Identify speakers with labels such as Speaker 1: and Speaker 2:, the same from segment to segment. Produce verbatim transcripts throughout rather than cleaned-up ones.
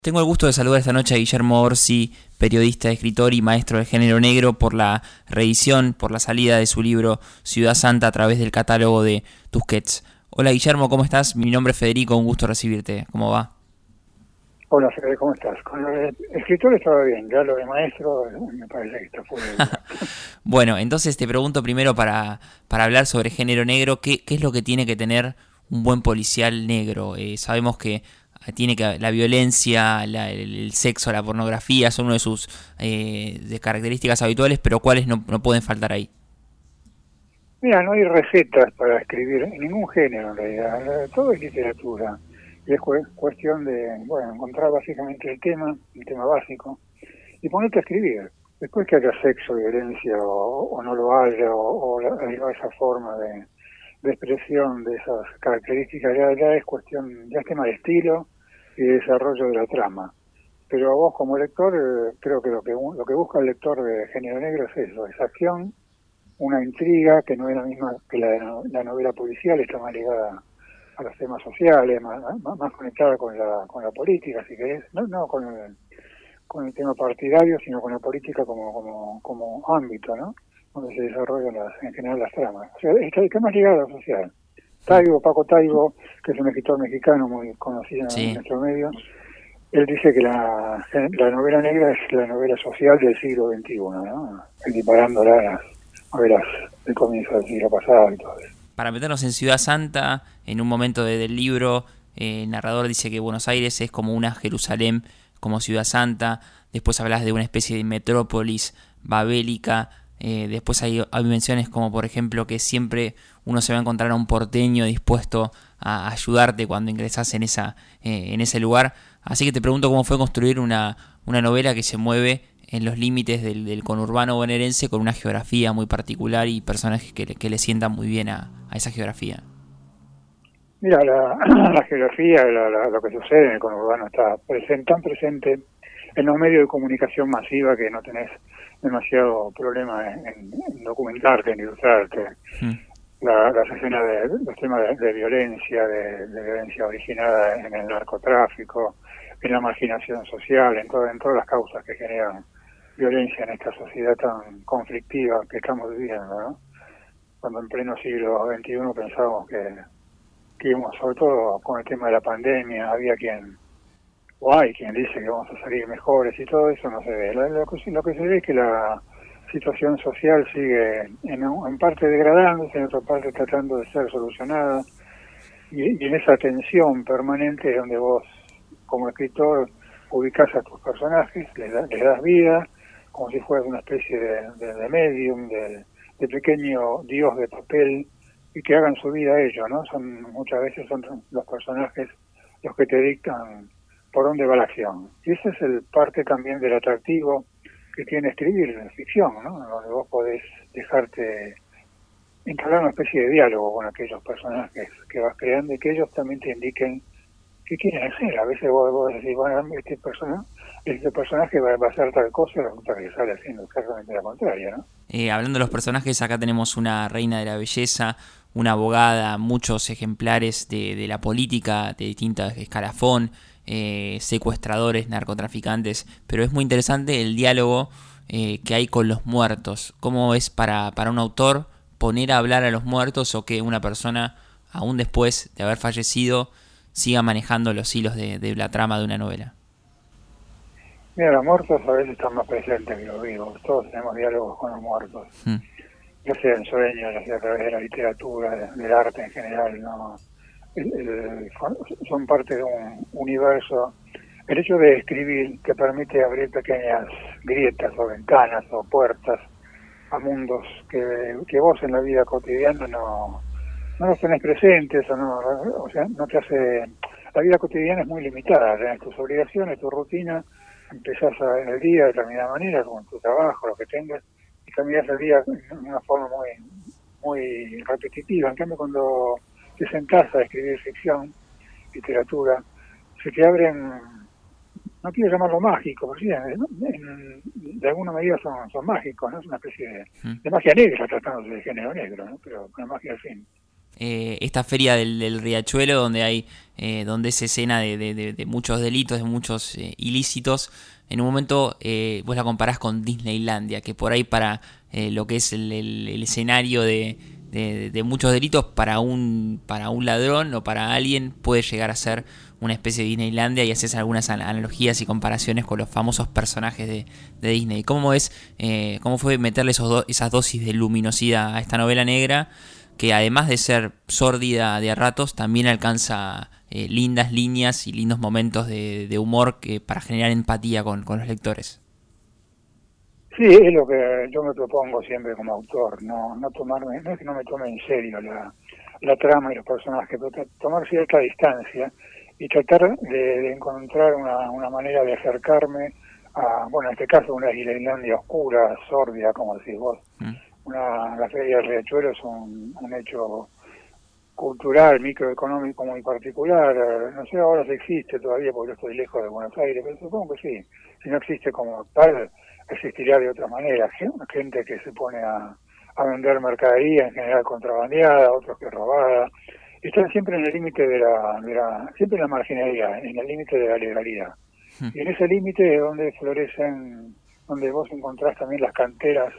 Speaker 1: Tengo el gusto de saludar esta noche a Guillermo Orsi, periodista, escritor y maestro de género negro, por la reedición, por la salida de su libro Ciudad Santa a través del catálogo de Tusquets. Hola Guillermo, ¿cómo estás? Mi nombre es Federico, un gusto recibirte. ¿Cómo va?
Speaker 2: Hola Fede, ¿cómo estás? Con el escritor estaba bien, ya lo de maestro me parece que está fuera de lugar.
Speaker 1: Bueno, entonces te pregunto primero para, para hablar sobre género negro, ¿qué, qué es lo que tiene que tener un buen policial negro? Eh, sabemos que tiene que la violencia, la, el, el sexo, la pornografía son una de sus eh, de características habituales, pero ¿cuáles no, no pueden faltar ahí?
Speaker 2: Mira, no hay recetas para escribir en ningún género en realidad, todo es literatura. Y es cu cuestión de, bueno, encontrar básicamente el tema, el tema básico, y ponerte a escribir. Después que haya sexo, violencia, o, o no lo haya, o, o la, esa forma de, de expresión de esas características, ya, ya es cuestión, ya es tema de estilo y de desarrollo de la trama. Pero vos como lector, eh, creo que lo que lo que busca el lector de género negro es eso, es acción, una intriga que no es la misma que la de no, la novela policial, está más ligada a los temas sociales, más, más, más conectada con la con la política, si querés, no, no con el, con el tema partidario, sino con la política como como como ámbito, ¿no? Donde se desarrollan las, en general las tramas. O sea, está, está más ligado a lo social. Taibo, Paco Taibo, que es un escritor mexicano muy conocido
Speaker 1: Sí.
Speaker 2: en nuestro medio, él dice que la, la novela negra es la novela social del siglo veintiuno, ¿no? Equiparándola a las novelas del comienzo del siglo pasado y todo eso.
Speaker 1: Para meternos en Ciudad Santa, en un momento de, del libro, eh, el narrador dice que Buenos Aires es como una Jerusalén, como Ciudad Santa. Después hablas de una especie de metrópolis babélica. Eh, después hay, hay menciones como, por ejemplo, que siempre uno se va a encontrar a un porteño dispuesto a ayudarte cuando ingresas en, esa, eh, en ese lugar. Así que te pregunto cómo fue construir una, una novela que se mueve en los límites del, del conurbano bonaerense con una geografía muy particular y personajes que, que le sientan muy bien a, a esa geografía.
Speaker 2: Mira, la, la geografía, la, la, lo que sucede en el conurbano está presente, tan presente en los medios de comunicación masiva que no tenés demasiado problema en, en documentarte, en ilustrarte. Mm. La, las escenas de los temas de, de violencia, de, de violencia originada en el narcotráfico, en la marginación social, en, todo, en todas las causas que generan violencia en esta sociedad tan conflictiva que estamos viviendo, ¿no? Cuando en pleno siglo veintiuno pensábamos que, que íbamos, sobre todo con el tema de la pandemia, había quien, o hay quien dice que vamos a salir mejores y todo eso no se ve. Lo, lo, que, lo que se ve es que la situación social sigue en, en parte degradándose, en otra parte tratando de ser solucionada, y, y en esa tensión permanente donde vos, como escritor, ubicás a tus personajes, les, da, les das vida, como si fueras una especie de, de, de medium, de, de pequeño dios de papel, y que hagan su vida ellos, ¿no? Son muchas veces son los personajes los que te dictan por dónde va la acción. Y ese es el parte también del atractivo que tiene escribir ficción, ¿no? Donde vos podés dejarte entablar una especie de diálogo con aquellos personajes que vas creando y que ellos también te indiquen qué quieren hacer. A veces vos, vos decís, bueno, este personaje, este personaje va, va a hacer tal cosa y resulta que sale haciendo exactamente la contraria, ¿no?
Speaker 1: Eh, hablando de los personajes, acá tenemos una reina de la belleza, una abogada, muchos ejemplares de, de la política de distintos escalafón, eh, secuestradores, narcotraficantes, pero es muy interesante el diálogo eh, que hay con los muertos. ¿Cómo es para, para un autor poner a hablar a los muertos o que una persona, aún después de haber fallecido, siga manejando los hilos de, de la trama de una novela?
Speaker 2: Mira, los muertos a veces están más presentes que los vivos. Todos tenemos diálogos con los muertos. Hmm. Ya sea en sueños, ya sea a través de la literatura, del arte en general, ¿no? El, el, son parte de un universo. El hecho de escribir te permite abrir pequeñas grietas o ventanas o puertas a mundos que, que vos en la vida cotidiana no, no los tenés presentes, o no, o sea, no te hace... La vida cotidiana es muy limitada, tenés tus obligaciones, tu rutina, empezás a, en el día de determinada manera, con tu trabajo, lo que tengas, y cambiás el día de una forma muy, muy repetitiva. En cambio, cuando te sentás a escribir ficción, literatura, se te abren, no quiero llamarlo mágico, pero sí, en, en, de alguna medida son, son mágicos, ¿no? Es una especie de, de magia negra, tratándose de género negro, ¿no? Pero una magia al fin.
Speaker 1: eh, esta feria del, del Riachuelo, donde hay eh, donde es escena de, de, de, de muchos delitos, de muchos eh, ilícitos. En un momento eh, vos la comparás con Disneylandia, que por ahí para eh, lo que es el, el, el escenario de, de, de muchos delitos, para un, para un ladrón o para alguien puede llegar a ser una especie de Disneylandia, y haces algunas analogías y comparaciones con los famosos personajes de, de Disney. ¿Cómo es, eh, cómo fue meterle esos do, esas dosis de luminosidad a esta novela negra, que además de ser sórdida de a ratos, también alcanza eh, lindas líneas y lindos momentos de, de humor que para generar empatía con, con los lectores?
Speaker 2: Sí, es lo que yo me propongo siempre como autor, no no tomarme, no es que no me tome en serio la, la trama y los personajes, pero tomar cierta distancia y tratar de, de encontrar una, una manera de acercarme a, bueno, en este caso una Disneylandia oscura, sórdida, como decís vos. Mm. Una, la Feria del Riachuelo es un, un hecho cultural, microeconómico muy particular. No sé ahora si existe todavía, porque yo estoy lejos de Buenos Aires, pero supongo que sí. Si no existe como tal, existirá de otra manera. Gente que se pone a, a vender mercadería, en general contrabandeada, otros que robada. Están siempre en el límite de la, de la, siempre en la marginalidad, en el límite de la legalidad. Hmm. Y en ese límite es donde florecen, donde vos encontrás también las canteras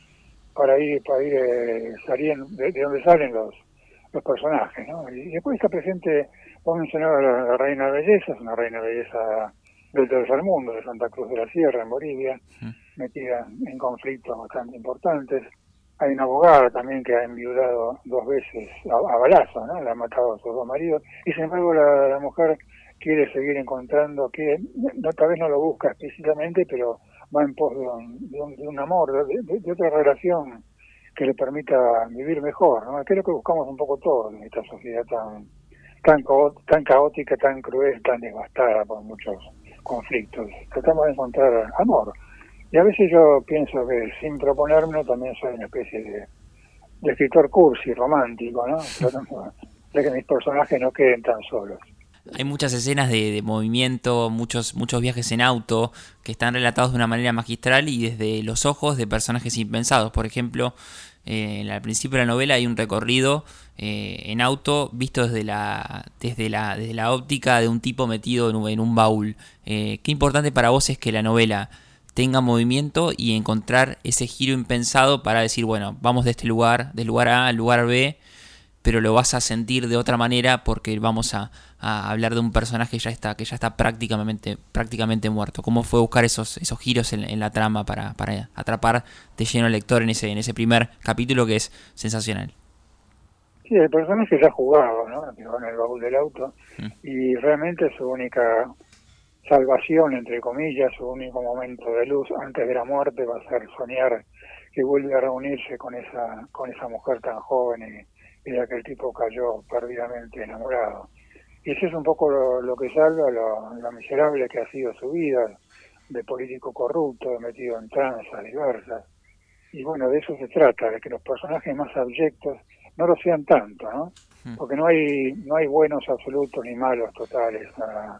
Speaker 2: para ir, para ir eh, saliendo, de, de donde salen los, los personajes, ¿no? Y después está presente, vos mencionabas la, la Reina de Belleza, es una Reina de Belleza del tercer mundo, de Santa Cruz de la Sierra, en Bolivia, hmm. metida en conflictos bastante importantes. Hay una abogada también que ha enviudado dos veces a, a balazo, ¿no? Le ha matado a sus dos maridos, y sin embargo la, la mujer quiere seguir encontrando, que no, tal vez no lo busca explícitamente, pero va en pos de un, de un, de un amor, de, de, de otra relación que le permita vivir mejor, ¿no? Que es lo que buscamos un poco todos en esta sociedad tan, tan, tan caótica, tan cruel, tan devastada por muchos conflictos. Tratamos de encontrar amor. Y a veces yo pienso que sin proponérmelo también soy una especie de, de escritor cursi, romántico, ¿no? Tratando de que mis personajes no queden tan solos.
Speaker 1: Hay muchas escenas de, de movimiento, muchos muchos viajes en auto que están relatados de una manera magistral y desde los ojos de personajes impensados. Por ejemplo, eh, al principio de la novela hay un recorrido eh, en auto visto desde la desde la desde la óptica de un tipo metido en un, en un baúl. Eh, ¿Qué importante para vos es que la novela tenga movimiento y encontrar ese giro impensado para decir, bueno, vamos de este lugar, del lugar A al lugar B, pero lo vas a sentir de otra manera porque vamos a, a hablar de un personaje que ya está, que ya está prácticamente, prácticamente muerto? ¿Cómo fue buscar esos, esos giros en, en la trama para, para atrapar de lleno al lector en ese, en ese primer capítulo que es sensacional?
Speaker 2: Sí, el personaje ya jugaba, ¿no? En el baúl del auto, mm. y realmente su única salvación, entre comillas, su único momento de luz antes de la muerte va a ser soñar que vuelve a reunirse con esa, con esa mujer tan joven y, y de aquel tipo cayó perdidamente enamorado. Y eso es un poco lo, lo que salva lo, lo miserable que ha sido su vida, de político corrupto, metido en tranzas diversas. Y bueno, de eso se trata, de que los personajes más abyectos no lo sean tanto, ¿no? Porque no hay no hay buenos absolutos ni malos totales. La,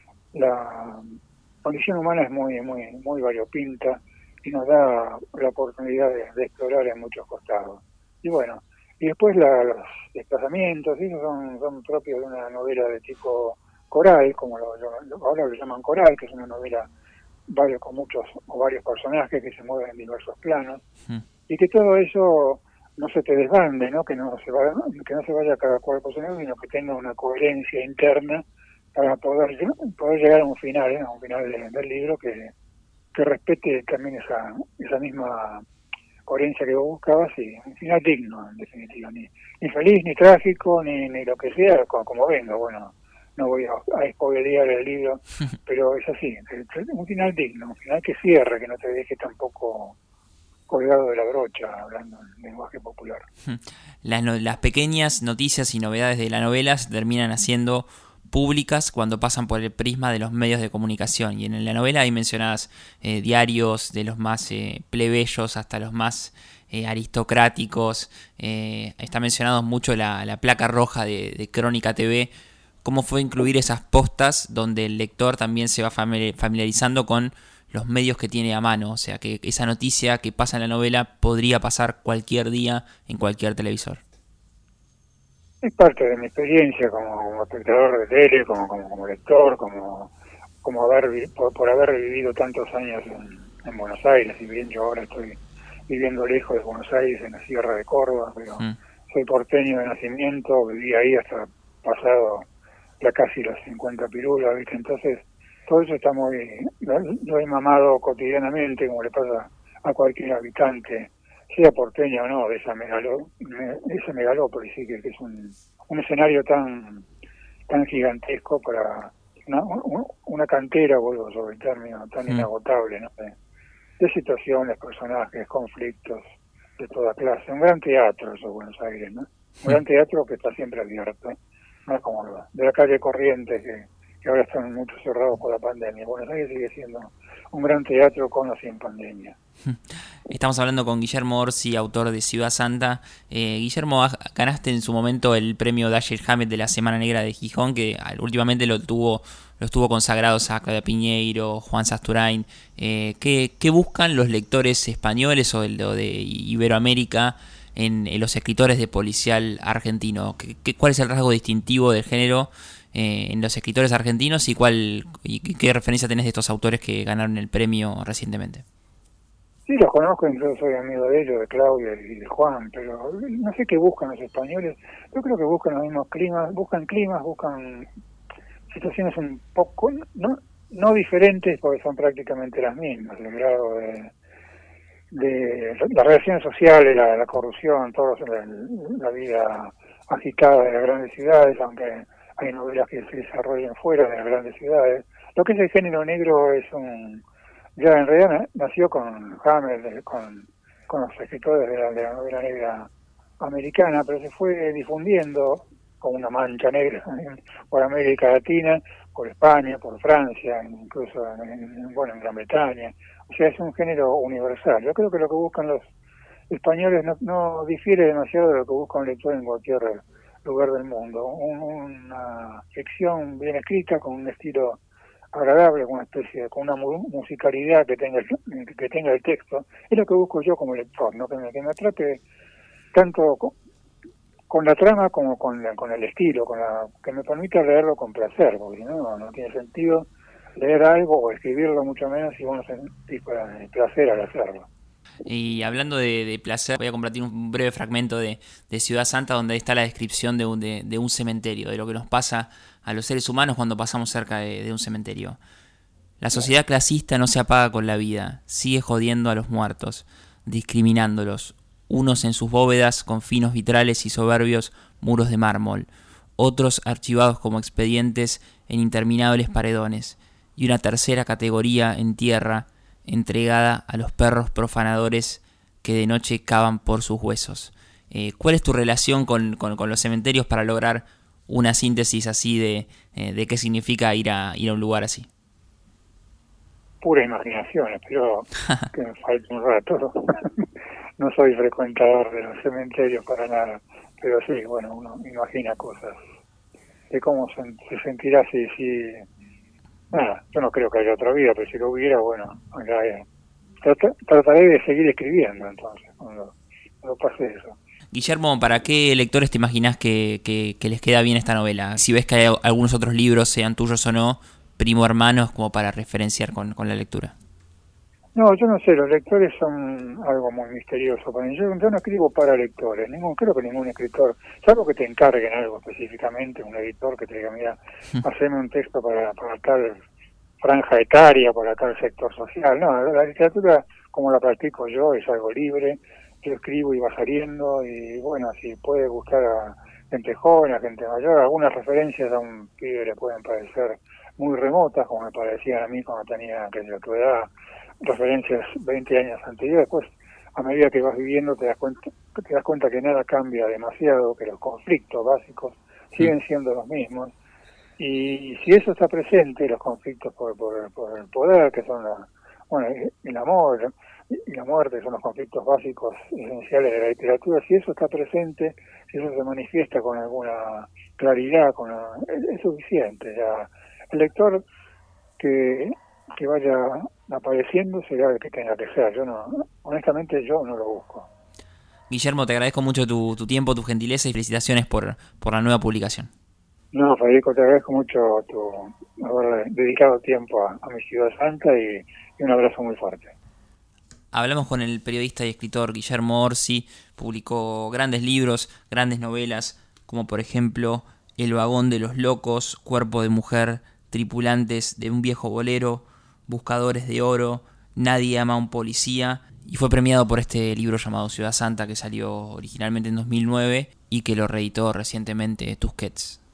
Speaker 2: la condición humana es muy muy muy variopinta y nos da la oportunidad de, de explorar en muchos costados. Y bueno, y después la, los desplazamientos, esos son, son propios de una novela de tipo coral, como lo, lo, ahora lo llaman coral, que es una novela varios con muchos o varios personajes que se mueven en diversos planos, mm. y que todo eso no se te desbande, ¿no? Que no se vaya, que no se vaya cada cual por su lado, sino que tenga una coherencia interna para poder, poder llegar a un final, ¿eh? A un final de, del libro que, que respete también esa, esa misma coherencia que vos buscabas, y un final digno, en definitiva, ni, ni feliz, ni trágico, ni, ni lo que sea, como, como venga. Bueno, no voy a, a spoilear el libro, pero es así, un final digno, un final que cierre, que no te deje tampoco colgado de la brocha, hablando en lenguaje popular.
Speaker 1: Las, no, las pequeñas noticias y novedades de la novela se terminan haciendo públicas cuando pasan por el prisma de los medios de comunicación, y en la novela hay mencionadas eh, diarios de los más eh, plebeyos hasta los más eh, aristocráticos. Eh, está mencionado mucho la, la placa roja de, de Crónica T V. ¿Cómo fue incluir esas postas donde el lector también se va familiarizando con los medios que tiene a mano? O sea, que esa noticia que pasa en la novela podría pasar cualquier día en cualquier televisor.
Speaker 2: es parte de mi experiencia como, como espectador de tele, como, como, como lector, como, como haber vi- por, por haber vivido tantos años en, en Buenos Aires, y bien yo ahora estoy viviendo lejos de Buenos Aires, en la Sierra de Córdoba, pero
Speaker 1: Mm.
Speaker 2: soy porteño de nacimiento, viví ahí hasta pasado ya casi los cincuenta pirulas, ¿viste? Entonces, todo eso está muy, lo, lo he mamado cotidianamente, como le pasa a cualquier habitante, sea porteño o no, de esa megalo, me, esa megalópolis, sí, que, que es un, un escenario tan tan gigantesco para una, un- una cantera, vuelvo sobre el término, tan
Speaker 1: Mm.
Speaker 2: inagotable, ¿no? De, de situaciones, personajes, conflictos de toda clase. Un gran teatro eso, Buenos Aires, ¿no? Un gran teatro que está siempre abierto, no es como lo de la calle Corrientes, que, que ahora están muchos cerrados por la pandemia. Buenos Aires sigue siendo un gran teatro con o sin pandemia.
Speaker 1: Estamos hablando con Guillermo Orsi, autor de Ciudad Santa. Eh, Guillermo, ah, ganaste en su momento el premio Dashiell Hammett de la Semana Negra de Gijón, que ah, últimamente lo tuvo, lo estuvo consagrados a Claudia Piñeiro, Juan Sasturain. Eh, ¿qué, ¿Qué buscan los lectores españoles o de, o de Iberoamérica en, en los escritores de policial argentino? ¿Qué, qué, ¿Cuál es el rasgo distintivo del género eh, en los escritores argentinos y, cuál, y qué referencia tenés de estos autores que ganaron el premio recientemente?
Speaker 2: Sí, los conozco, incluso soy amigo de ellos, de Claudia y de Juan, pero no sé qué buscan los españoles. Yo creo que buscan los mismos climas, buscan climas, buscan situaciones un poco, no no diferentes, porque son prácticamente las mismas, el grado de, de las relaciones sociales, la, la corrupción, todo la, la vida agitada de las grandes ciudades, aunque hay novelas que se desarrollan fuera de las grandes ciudades. Lo que es el género negro es un... Ya en realidad nació con Hammer, con, con los escritores de la, de la novela negra americana, pero se fue difundiendo con una mancha negra por América Latina, por España, por Francia, incluso en, en, bueno, en Gran Bretaña. O sea, es un género universal. Yo creo que lo que buscan los españoles no, no difiere demasiado de lo que busca un lector en cualquier lugar del mundo. Un, una ficción bien escrita, con un estilo agradable, con una especie de, con una mu musicalidad que tenga el, que tenga el texto, es lo que busco yo como lector, ¿no? Que me, que me trate tanto con, con la trama como con, la, con el estilo, con la, que me permita leerlo con placer, porque si no, no tiene sentido leer algo o escribirlo, mucho menos si uno sentís placer al hacerlo.
Speaker 1: Y hablando de, de placer, voy a compartir un breve fragmento de, de Ciudad Santa, donde está la descripción de un, de, de un cementerio, de lo que nos pasa a los seres humanos cuando pasamos cerca de, de un cementerio. La sociedad clasista no se apaga con la vida, sigue jodiendo a los muertos, discriminándolos, unos en sus bóvedas con finos vitrales y soberbios muros de mármol, otros archivados como expedientes en interminables paredones, y una tercera categoría en tierra entregada a los perros profanadores que de noche cavan por sus huesos. Eh, ¿Cuál es tu relación con, con, con los cementerios para lograr una síntesis así de, eh, de qué significa ir a, ir a un lugar así?
Speaker 2: Pura imaginación, espero que me falte un rato. No soy frecuentador de los cementerios para nada, pero sí, bueno, uno imagina cosas de cómo se, se sentirá si, si... Nada, yo no creo que haya otra vida, pero si lo hubiera, bueno, ya, eh, trat, trataré de seguir escribiendo entonces, cuando, cuando pase eso.
Speaker 1: Guillermo, ¿para qué lectores te imaginas que, que, que les queda bien esta novela? Si ves que hay algunos otros libros, sean tuyos o no, primo hermanos, como para referenciar con, con la lectura.
Speaker 2: No, yo no sé, los lectores son algo muy misterioso para mí. Yo, yo no escribo para lectores, ningún, creo que ningún escritor, salvo que te encarguen algo específicamente, un editor que te diga, mira, haceme un texto para, para tal franja etaria, para tal sector social. No, la literatura, como la practico yo, es algo libre. Yo escribo y va saliendo, y bueno, si puede gustar a gente joven, a gente mayor, algunas referencias a un pibe le pueden parecer muy remotas, como me parecían a mí cuando tenía, que yo, tu edad, referencias veinte años anteriores. Pues a medida que vas viviendo te das cuenta te das cuenta que nada cambia demasiado, que los conflictos básicos siguen siendo los mismos, y si eso está presente, los conflictos por, por, por el poder, que son la, bueno, el amor y la muerte, son los conflictos básicos esenciales de la literatura, si eso está presente, si eso se manifiesta con alguna claridad, con una, es, es suficiente. Ya el lector que que vaya apareciendo será el que tenga que ser. Yo no, honestamente yo no lo busco.
Speaker 1: Guillermo, te agradezco mucho tu, tu tiempo, tu gentileza y felicitaciones por, por la nueva publicación.
Speaker 2: No, Federico, te agradezco mucho tu haber dedicado tiempo a, a mi ciudad santa y, y un abrazo muy fuerte.
Speaker 1: Hablamos con el periodista y escritor Guillermo Orsi. Publicó grandes libros, grandes novelas, como por ejemplo El vagón de los locos, Cuerpo de mujer, Tripulantes de un viejo bolero, Buscadores de oro, Nadie ama a un policía, y fue premiado por este libro llamado Ciudad Santa, que salió originalmente en dos mil nueve y que lo reeditó recientemente Tusquets.